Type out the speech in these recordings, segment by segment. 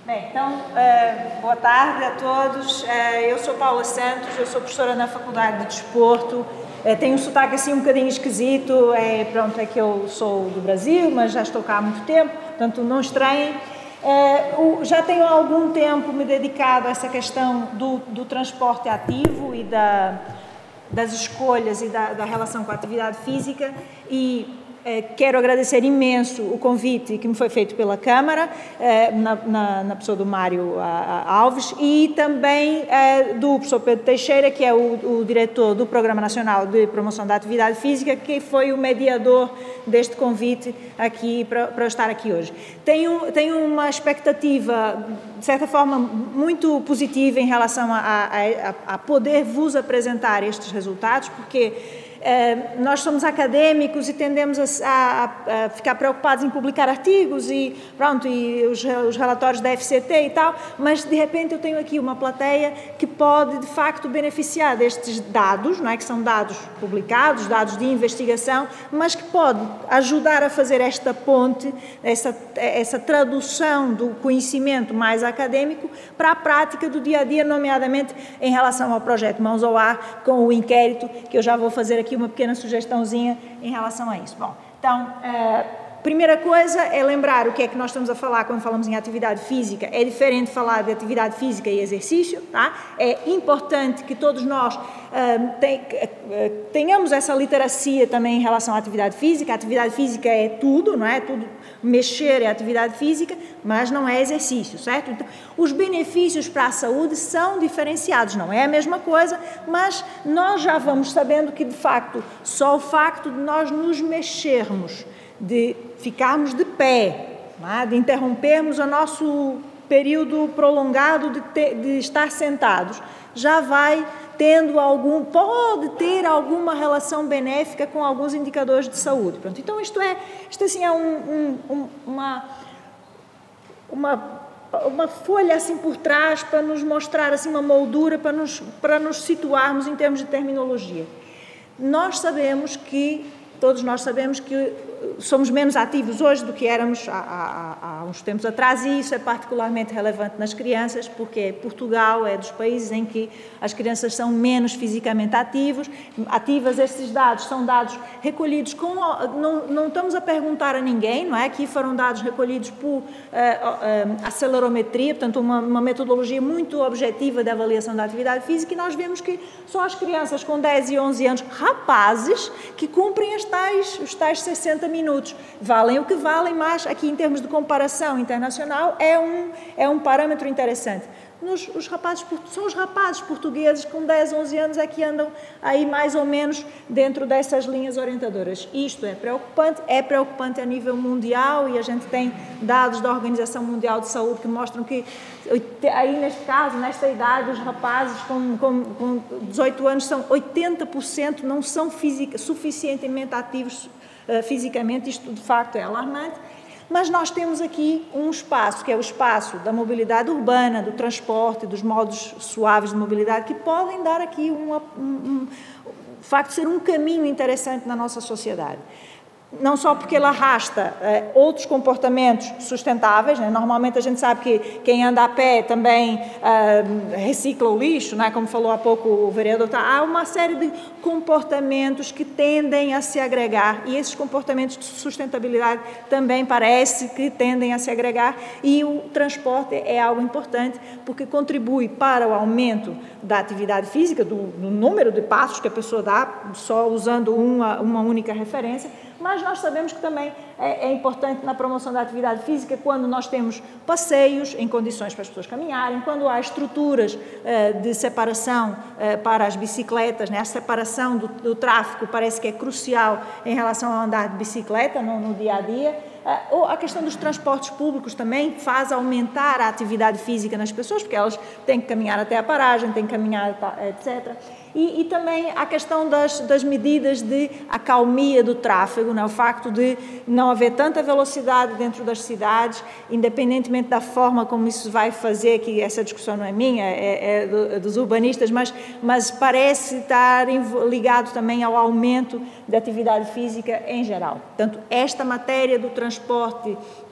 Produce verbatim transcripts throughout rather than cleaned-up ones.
Bem, então, uh, boa tarde a todos. Uh, eu sou Paula Santos, eu sou professora na Faculdade de Desporto. Uh, tenho um sotaque assim um bocadinho esquisito, é, pronto, é que eu sou do Brasil, mas já estou cá há muito tempo, portanto não estranhem. Uh, já tenho há algum tempo me dedicado a essa questão do, do transporte ativo e da, das escolhas e da, da relação com a atividade física e quero agradecer imenso o convite que me foi feito pela Câmara, na, na, na pessoa do Mário Alves, e também do professor Pedro Teixeira, que é o, o diretor do Programa Nacional de Promoção da Atividade Física, que foi o mediador deste convite aqui para, para eu estar aqui hoje. Tenho, tenho uma expectativa, de certa forma, muito positiva em relação a, a, a poder vos apresentar estes resultados, porque Uh, nós somos académicos e tendemos a, a, a ficar preocupados em publicar artigos e, pronto, e os, os relatórios da F C T e tal, mas de repente eu tenho aqui uma plateia que pode de facto beneficiar destes dados, não é? Que são dados publicados, dados de investigação, mas que pode ajudar a fazer esta ponte, essa, essa tradução do conhecimento mais académico para a prática do dia a dia, nomeadamente em relação ao projeto Mãos ao Ar, com o inquérito que eu já vou fazer aqui aqui uma pequena sugestãozinha em relação a isso. Bom, então, a primeira coisa é lembrar o que é que nós estamos a falar quando falamos em atividade física. É diferente falar de atividade física e exercício, tá? É importante que todos nós uh, ten, uh, tenhamos essa literacia também em relação à atividade física. A atividade física é tudo, não é? Tudo, mexer é atividade física, mas não é exercício, certo? Então, os benefícios para a saúde são diferenciados, não é a mesma coisa, mas nós já vamos sabendo que, de facto, só o facto de nós nos mexermos, de ficarmos de pé, não é? De interrompermos o nosso período prolongado de, ter, de estar sentados, já vai tendo algum, pode ter alguma relação benéfica com alguns indicadores de saúde. Pronto, então isto é, isto assim é um, um, um, uma, uma, uma folha assim por trás para nos mostrar assim uma moldura, para nos, para nos situarmos em termos de terminologia. Nós sabemos que, todos nós sabemos que somos menos ativos hoje do que éramos há, há, há uns tempos atrás, e isso é particularmente relevante nas crianças, porque Portugal é dos países em que as crianças são menos fisicamente ativos, ativas. Estes dados são dados recolhidos com, não, não estamos a perguntar a ninguém, não é? Aqui foram dados recolhidos por uh, uh, acelerometria, portanto uma, uma metodologia muito objetiva de avaliação da atividade física, e nós vemos que são as crianças com dez e onze anos, rapazes, que cumprem as tais, os tais sessenta minutos, valem o que valem, mas aqui em termos de comparação internacional é um, é um parâmetro interessante. Nos, os rapazes, são os rapazes portugueses com dez, onze anos é que andam aí mais ou menos dentro dessas linhas orientadoras. Isto é preocupante, é preocupante a nível mundial, e a gente tem dados da Organização Mundial de Saúde que mostram que aí neste caso, nesta idade, os rapazes com, com, com dezoito anos são oitenta por cento não são fisica, suficientemente ativos uh, fisicamente. Isto de facto é alarmante. Mas nós temos aqui um espaço, que é o espaço da mobilidade urbana, do transporte, dos modos suaves de mobilidade, que podem dar aqui um, um, um, o facto de ser um caminho interessante na nossa sociedade. Não só porque ele arrasta eh, outros comportamentos sustentáveis, né? Normalmente a gente sabe que quem anda a pé também eh, recicla o lixo, né? Como falou há pouco o vereador, tá? Há uma série de comportamentos que tendem a se agregar, e esses comportamentos de sustentabilidade também parece que tendem a se agregar, e o transporte é algo importante porque contribui para o aumento da atividade física, do, do número de passos que a pessoa dá, só usando uma, uma única referência. Mas nós sabemos que também é, é importante na promoção da atividade física quando nós temos passeios em condições para as pessoas caminharem, quando há estruturas uh, de separação uh, para as bicicletas, né? A separação do, do tráfego parece que é crucial em relação ao andar de bicicleta no, no dia a dia. Uh, ou a questão dos transportes públicos também faz aumentar a atividade física nas pessoas, porque elas têm que caminhar até a paragem, têm que caminhar, etcétera. E, e também a questão das, das medidas de acalmia do tráfego, né? O facto de não haver tanta velocidade dentro das cidades, independentemente da forma como isso vai fazer, que essa discussão não é minha, é, é, do, é dos urbanistas, mas, mas parece estar ligado também ao aumento da atividade física em geral. Portanto, esta matéria do transporte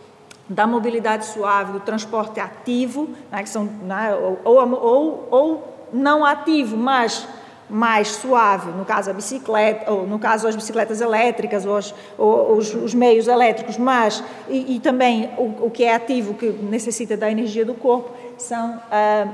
da mobilidade suave, do transporte ativo, né, que são, né, ou, ou, ou não ativo, mas mais suave, no caso a bicicleta, ou no caso as bicicletas elétricas, ou, os, ou os, os meios elétricos, mas e, e também o, o que é ativo, que necessita da energia do corpo, são ah,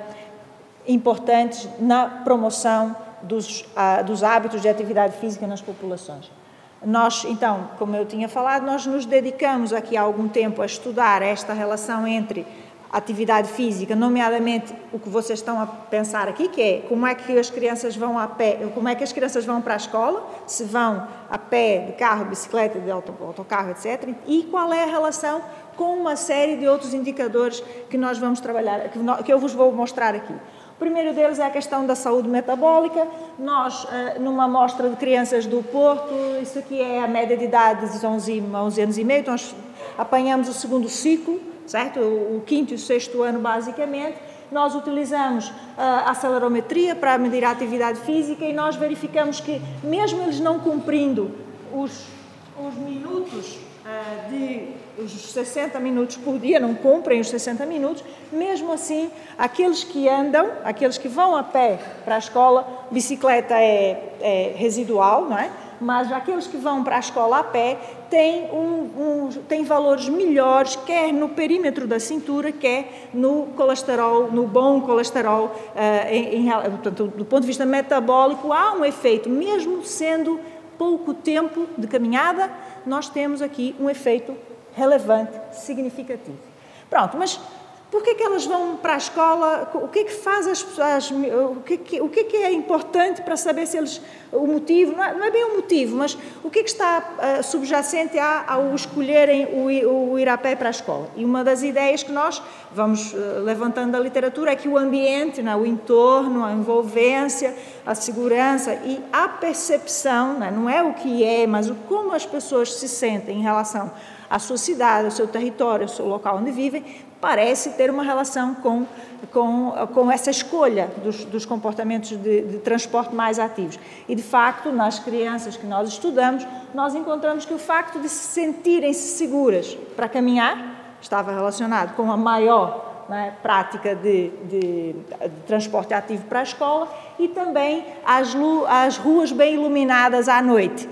importantes na promoção dos, ah, dos hábitos de atividade física nas populações. Nós, então, como eu tinha falado, nós nos dedicamos aqui há algum tempo a estudar esta relação entre atividade física, nomeadamente o que vocês estão a pensar aqui, que é como é que as crianças vão a pé, como é que as crianças vão para a escola, se vão a pé, de carro, bicicleta, de autocarro, etcétera, e qual é a relação com uma série de outros indicadores que nós vamos trabalhar, que eu vos vou mostrar aqui. O primeiro deles é a questão da saúde metabólica. Nós, numa amostra de crianças do Porto, isso aqui é a média de idade de onze anos e meio, nós apanhamos o segundo ciclo, certo? O quinto e o sexto ano, basicamente. Nós utilizamos a acelerometria para medir a atividade física e nós verificamos que, mesmo eles não cumprindo os, os minutos uh, de os sessenta minutos por dia, não cumprem os sessenta minutos, mesmo assim, aqueles que andam, aqueles que vão a pé para a escola, bicicleta é, é residual, não é? Mas aqueles que vão para a escola a pé têm, um, um, têm valores melhores, quer no perímetro da cintura, quer no colesterol, no bom colesterol, uh, em, em, portanto, do ponto de vista metabólico, há um efeito, mesmo sendo pouco tempo de caminhada, nós temos aqui um efeito relevante, significativo. Pronto, mas por que é que elas vão para a escola? O que é que faz as pessoas? O que é que, o que é, que é importante para saber se eles... O motivo, não é, não é bem o motivo, mas o que é que está uh, subjacente a, ao escolherem o, o ir a pé para a escola? E uma das ideias que nós vamos uh, levantando da literatura é que o ambiente, não é? O entorno, a envolvência, a segurança e a percepção, não é? Não é o que é, mas o como as pessoas se sentem em relação à sua cidade, ao seu território, ao seu local onde vivem, parece ter uma relação com, com, com essa escolha dos, dos comportamentos de, de transporte mais ativos. E, de facto, nas crianças que nós estudamos, nós encontramos que o facto de se sentirem-se seguras para caminhar estava relacionado com a maior, não é, prática de, de, de transporte ativo para a escola e também as, as ruas bem iluminadas à noite.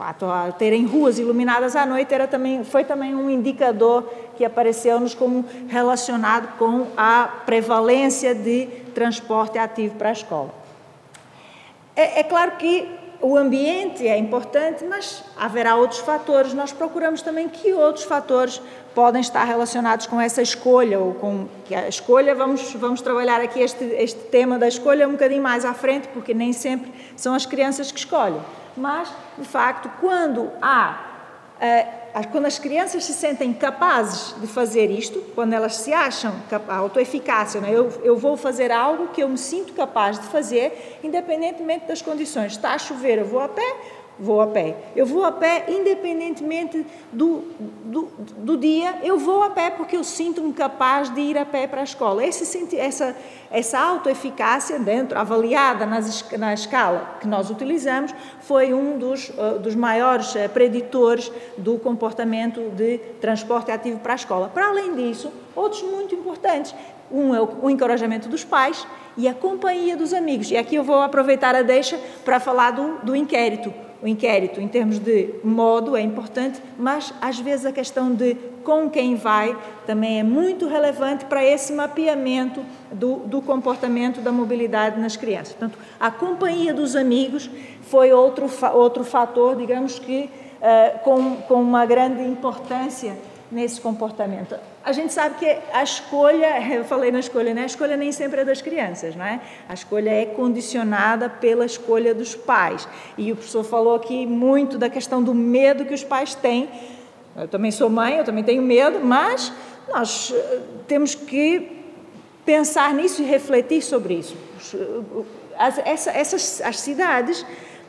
Terem ruas iluminadas à noite era também, foi também um indicador que apareceu-nos como relacionado com a prevalência de transporte ativo para a escola. É, é claro que o ambiente é importante, mas haverá outros fatores. Nós procuramos também que outros fatores podem estar relacionados com essa escolha, ou com que a escolha, vamos, vamos trabalhar aqui este, este tema da escolha um bocadinho mais à frente, porque nem sempre são as crianças que escolhem. Mas, de facto, quando há, uh, quando as crianças se sentem capazes de fazer isto, quando elas se acham, a autoeficácia, né? eu, eu vou fazer algo que eu me sinto capaz de fazer, independentemente das condições. Está a chover, eu vou a pé, vou a pé. Eu vou a pé, independentemente do, do, do dia, eu vou a pé porque eu sinto-me capaz de ir a pé para a escola. Esse, essa, essa autoeficácia, dentro, avaliada nas, na escala que nós utilizamos, foi um dos, uh, dos maiores uh, preditores do comportamento de transporte ativo para a escola. Para além disso, outros muito importantes. Um é o, o encorajamento dos pais e a companhia dos amigos. E aqui eu vou aproveitar a deixa para falar do, do inquérito. O inquérito, em termos de modo, é importante, mas às vezes a questão de com quem vai também é muito relevante para esse mapeamento do, do comportamento da mobilidade nas crianças. Portanto, a companhia dos amigos foi outro, outro fator, digamos que, uh, com, com uma grande importância nesse comportamento. A gente sabe que a escolha, eu falei na escolha, né? A escolha nem sempre é das crianças, não é? A escolha é condicionada pela escolha dos pais. E o professor falou aqui muito da questão do medo que os pais têm. Eu também sou mãe, eu também tenho medo, mas nós temos que pensar nisso e refletir sobre isso. As, essa, essas, as cidades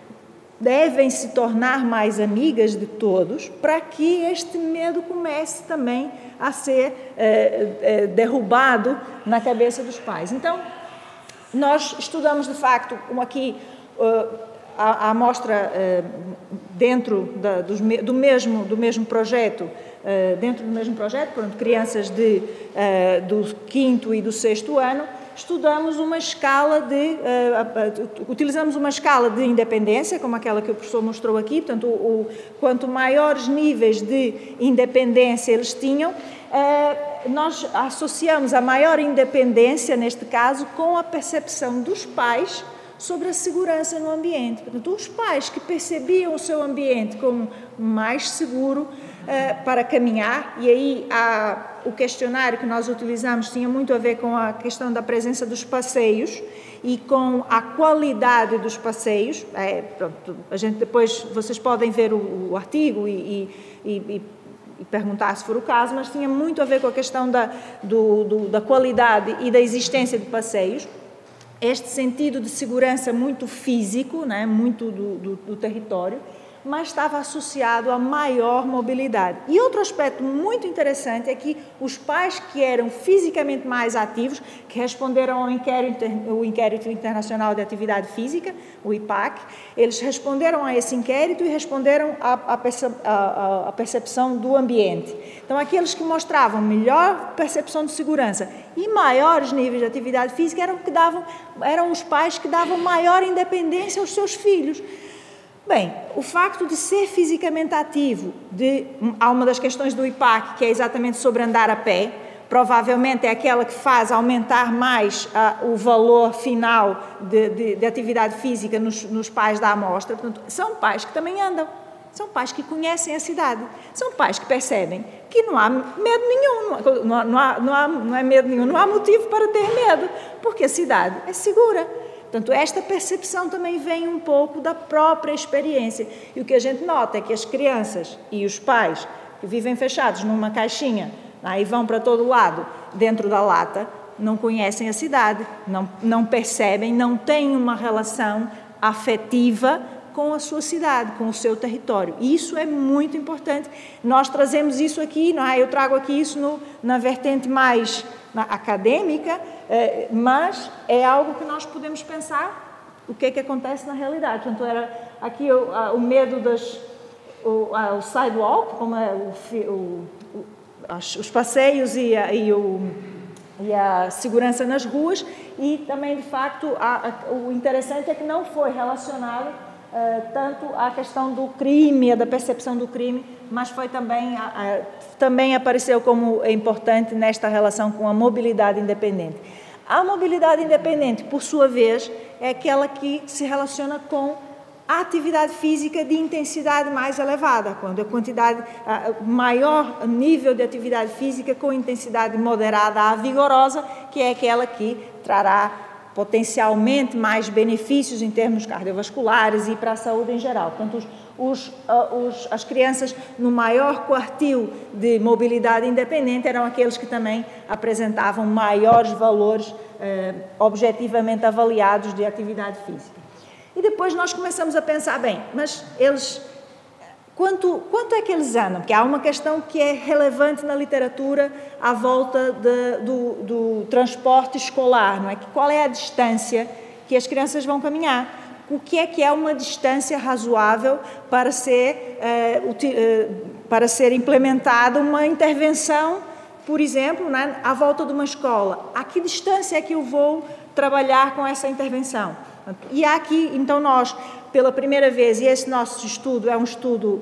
devem se tornar mais amigas de todos para que este medo comece também a ser é, é, derrubado na cabeça dos pais. Então, nós estudamos, de facto, aqui uh, a, a amostra uh, dentro da, dos, do, mesmo, do mesmo projeto, uh, dentro do mesmo projeto, portanto, crianças de, uh, do quinto e do sexto ano, estudamos uma escala de, uh, uh, utilizamos uma escala de independência, como aquela que o professor mostrou aqui, portanto, o, o, quanto maiores níveis de independência eles tinham, uh, nós associamos a maior independência, neste caso, com a percepção dos pais sobre a segurança no ambiente. Portanto, os pais que percebiam o seu ambiente como mais seguro uh, para caminhar, e aí há, o questionário que nós utilizamos tinha muito a ver com a questão da presença dos passeios e com a qualidade dos passeios. É, pronto, a gente depois, vocês podem ver o, o artigo e, e, e, e perguntar se for o caso, mas tinha muito a ver com a questão da, do, do, da qualidade e da existência de passeios. Este sentido de segurança muito físico, né, muito do, do, do território, mas estava associado a maior mobilidade. E outro aspecto muito interessante é que os pais que eram fisicamente mais ativos, que responderam ao inquérito, o Inquérito Internacional de Atividade Física, o I P A C, eles responderam a esse inquérito e responderam à percepção do ambiente. Então, aqueles que mostravam melhor percepção de segurança e maiores níveis de atividade física eram, que davam, eram os pais que davam maior independência aos seus filhos. Bem, o facto de ser fisicamente ativo, de, há uma das questões do I P A C, que é exatamente sobre andar a pé, provavelmente é aquela que faz aumentar mais uh, o valor final de, de, de atividade física nos, nos pais da amostra. Portanto, são pais que também andam, são pais que conhecem a cidade, são pais que percebem que não há medo nenhum, não há, não há, não há, não é medo nenhum, não há motivo para ter medo, porque a cidade é segura. Portanto, esta percepção também vem um pouco da própria experiência. E o que a gente nota é que as crianças e os pais que vivem fechados numa caixinha, aí vão para todo lado dentro da lata, não conhecem a cidade, não, não percebem, não têm uma relação afetiva com a sua cidade, com o seu território. E isso é muito importante. Nós trazemos isso aqui, não é? Eu trago aqui isso no, na vertente mais na acadêmica, eh, mas é algo que nós podemos pensar o que é que acontece na realidade. Portanto, era aqui o, a, o medo das... O, a, o sidewalk, como é o, o, o, as, os passeios e a, e, o, e a segurança nas ruas, e também, de facto, a, a, o interessante é que não foi relacionado Uh, tanto a questão do crime, da percepção do crime, mas foi também, a, a, também apareceu como importante nesta relação com a mobilidade independente. A mobilidade independente, por sua vez, é aquela que se relaciona com a atividade física de intensidade mais elevada, quando a quantidade, a maior nível de atividade física com intensidade moderada a vigorosa, que é aquela que trará potencialmente mais benefícios em termos cardiovasculares e para a saúde em geral. Portanto, os, os, os, as crianças no maior quartil de mobilidade independente eram aqueles que também apresentavam maiores valores eh, objetivamente avaliados de atividade física. E depois nós começamos a pensar, bem, mas eles... Quanto, quanto é que eles andam? Porque há uma questão que é relevante na literatura à volta de, do, do transporte escolar, não é? Qual é a distância que as crianças vão caminhar? O que é que é uma distância razoável para ser, uh, uti, uh, para ser implementada uma intervenção, por exemplo, né, à volta de uma escola? A que distância é que eu vou trabalhar com essa intervenção? E há aqui, então, nós... Pela primeira vez, e esse nosso estudo é um estudo,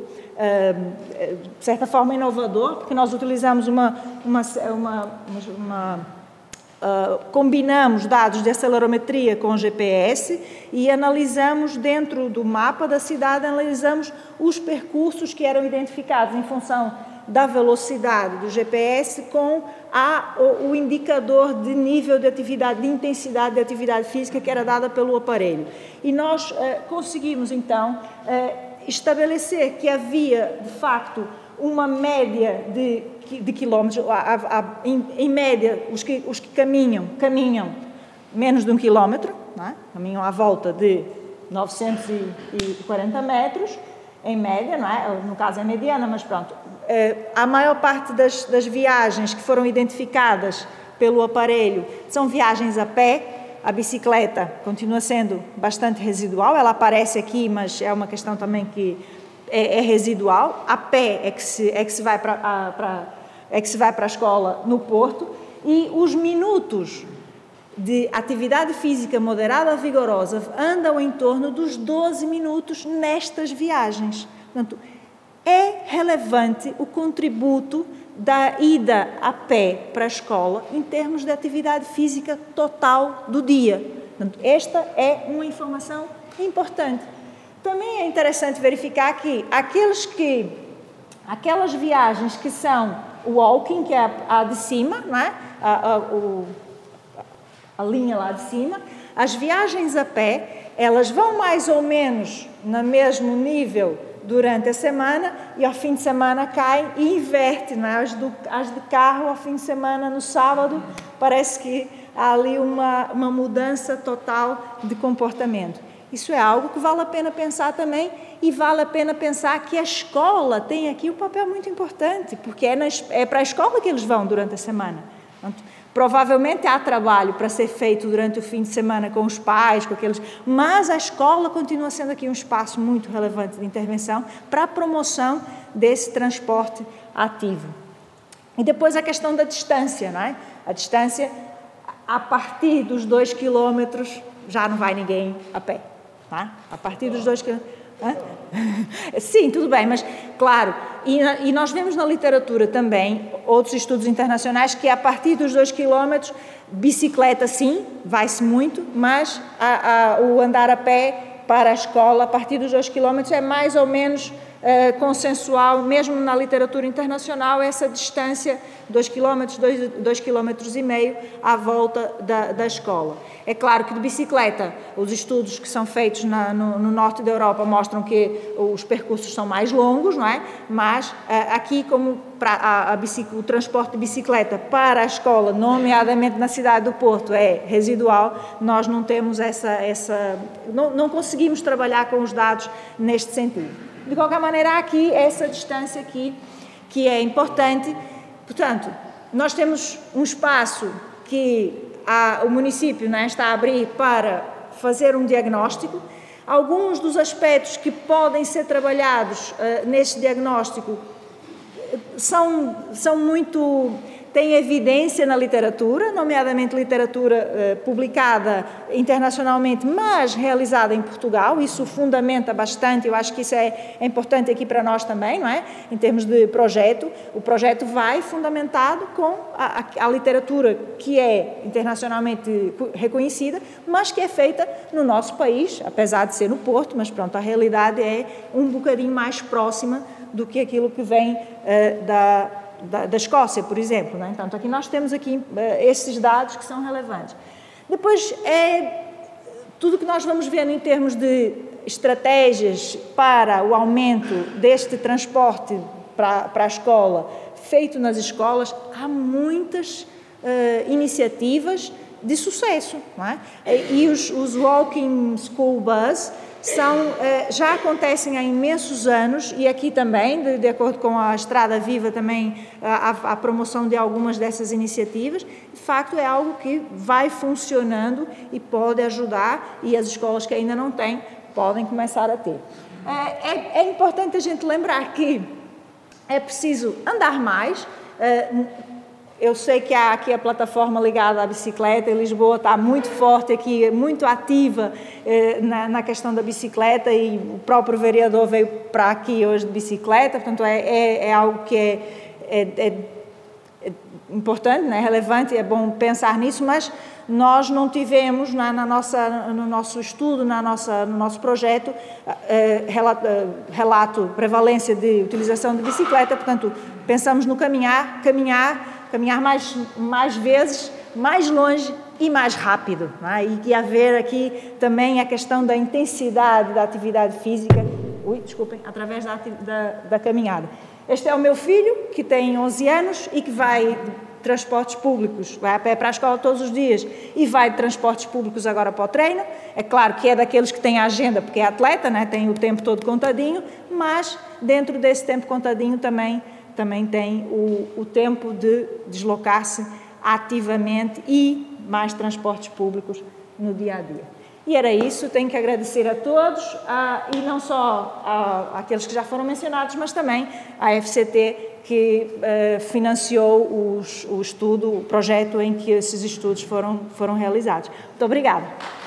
de certa forma, inovador, porque nós utilizamos uma, uma, uma, uma uh, combinamos dados de acelerometria com G P S e analisamos dentro do mapa da cidade, analisamos os percursos que eram identificados em função da velocidade do G P S com a, o, o indicador de nível de atividade, de intensidade de atividade física que era dada pelo aparelho. E nós eh, conseguimos, então, eh, estabelecer que havia, de facto, uma média de, de quilómetros, a, a, a, em, em média, os que, os que caminham, caminham menos de um quilómetro, não é? Caminham à volta de novecentos e quarenta metros, em média, não é? No caso é mediana, mas pronto. A maior parte das, das viagens que foram identificadas pelo aparelho são viagens a pé, A bicicleta continua sendo bastante residual, ela aparece aqui, mas é uma questão também que é, é residual. A pé é que se, é que se vai para é que se vai para a escola no Porto, e os minutos de atividade física moderada ou vigorosa andam em torno dos doze minutos nestas viagens. Portanto, é relevante o contributo da ida a pé para a escola em termos de atividade física total do dia. Portanto, esta é uma informação importante. Também é interessante verificar que aqueles que, aquelas viagens que são o walking, que é a, a de cima, não é? a, a, o, a linha lá de cima, as viagens a pé, elas vão mais ou menos no mesmo nível durante a semana e ao fim de semana caem e inverte, não é? As, do, as de carro ao fim de semana, no sábado, parece que há ali uma, uma mudança total de comportamento. Isso é algo que vale a pena pensar também, e vale a pena pensar que a escola tem aqui um papel muito importante, porque é, na, é para a escola que eles vão durante a semana. Portanto, provavelmente há trabalho para ser feito durante o fim de semana com os pais, com aqueles, mas a escola continua sendo aqui um espaço muito relevante de intervenção para a promoção desse transporte ativo. E depois a questão da distância, não é? A distância, a partir dos dois quilómetros, já não vai ninguém a pé, não é? A partir dos dois quilómetros... Hã? Sim, tudo bem, mas claro, e, e nós vemos na literatura também, outros estudos internacionais, que a partir dos dois quilómetros, bicicleta sim, vai-se muito, mas a, a, o andar a pé para a escola, a partir dos dois quilómetros, é mais ou menos uh, consensual, mesmo na literatura internacional, essa distância, dois quilómetros, dois quilómetros e meio, à volta da, da escola. É claro que de bicicleta, os estudos que são feitos na, no, no norte da Europa mostram que os percursos são mais longos, não é? Mas aqui, como para a, a o transporte de bicicleta para a escola, nomeadamente na cidade do Porto, é residual, nós não temos essa... essa não, não conseguimos trabalhar com os dados neste sentido. De qualquer maneira, há aqui essa distância aqui que é importante. Portanto, nós temos um espaço que a, o município, não é, está a abrir para fazer um diagnóstico. Alguns dos aspectos que podem ser trabalhados uh, neste diagnóstico são, são muito... têm evidência na literatura, nomeadamente literatura eh, publicada internacionalmente, mas realizada em Portugal. Isso fundamenta bastante, eu acho que isso é, é importante aqui para nós também, não é? Em termos de projeto, o projeto vai fundamentado com a, a, a literatura que é internacionalmente reconhecida, mas que é feita no nosso país, apesar de ser no Porto, mas pronto, a realidade é um bocadinho mais próxima do que aquilo que vem eh, da Da, da Escócia, por exemplo, né? Então, aqui nós temos aqui uh, esses dados que são relevantes. Depois, é tudo que nós vamos ver em termos de estratégias para o aumento deste transporte para, para a escola, feito nas escolas, há muitas uh, iniciativas de sucesso, não é? E os, os Walking School Bus são, já acontecem há imensos anos, e aqui também, de, de acordo com a Estrada Viva, também a, a promoção de algumas dessas iniciativas. De facto, é algo que vai funcionando e pode ajudar, e as escolas que ainda não têm podem começar a ter. É, é importante a gente lembrar que é preciso andar mais. Eu sei que há aqui a plataforma ligada à bicicleta, em Lisboa está muito forte aqui, muito ativa eh, na, na questão da bicicleta, e o próprio vereador veio para aqui hoje de bicicleta, portanto é, é, é algo que é, é, é, é importante, né? É relevante, é bom pensar nisso, mas nós não tivemos na, na nossa, no nosso estudo, na nossa, no nosso projeto, eh, relato, relato prevalência de utilização de bicicleta, portanto pensamos no caminhar, caminhar, caminhar mais, mais vezes, mais longe e mais rápido, não é? E que haver aqui também a questão da intensidade da atividade física, ui, desculpem, através da, da, da caminhada. Este é o meu filho, que tem onze anos e que vai de transportes públicos, vai a pé para a escola todos os dias e vai de transportes públicos agora para o treino. É claro que é daqueles que têm a agenda, porque é atleta, não é? Tem o tempo todo contadinho, mas dentro desse tempo contadinho também também tem o, o tempo de deslocar-se ativamente, e mais transportes públicos no dia a dia. E era isso, tenho que agradecer a todos, a, e não só a, àqueles que já foram mencionados, mas também à F C T, que uh, financiou os, o estudo, o projeto em que esses estudos foram, foram realizados. Muito obrigada.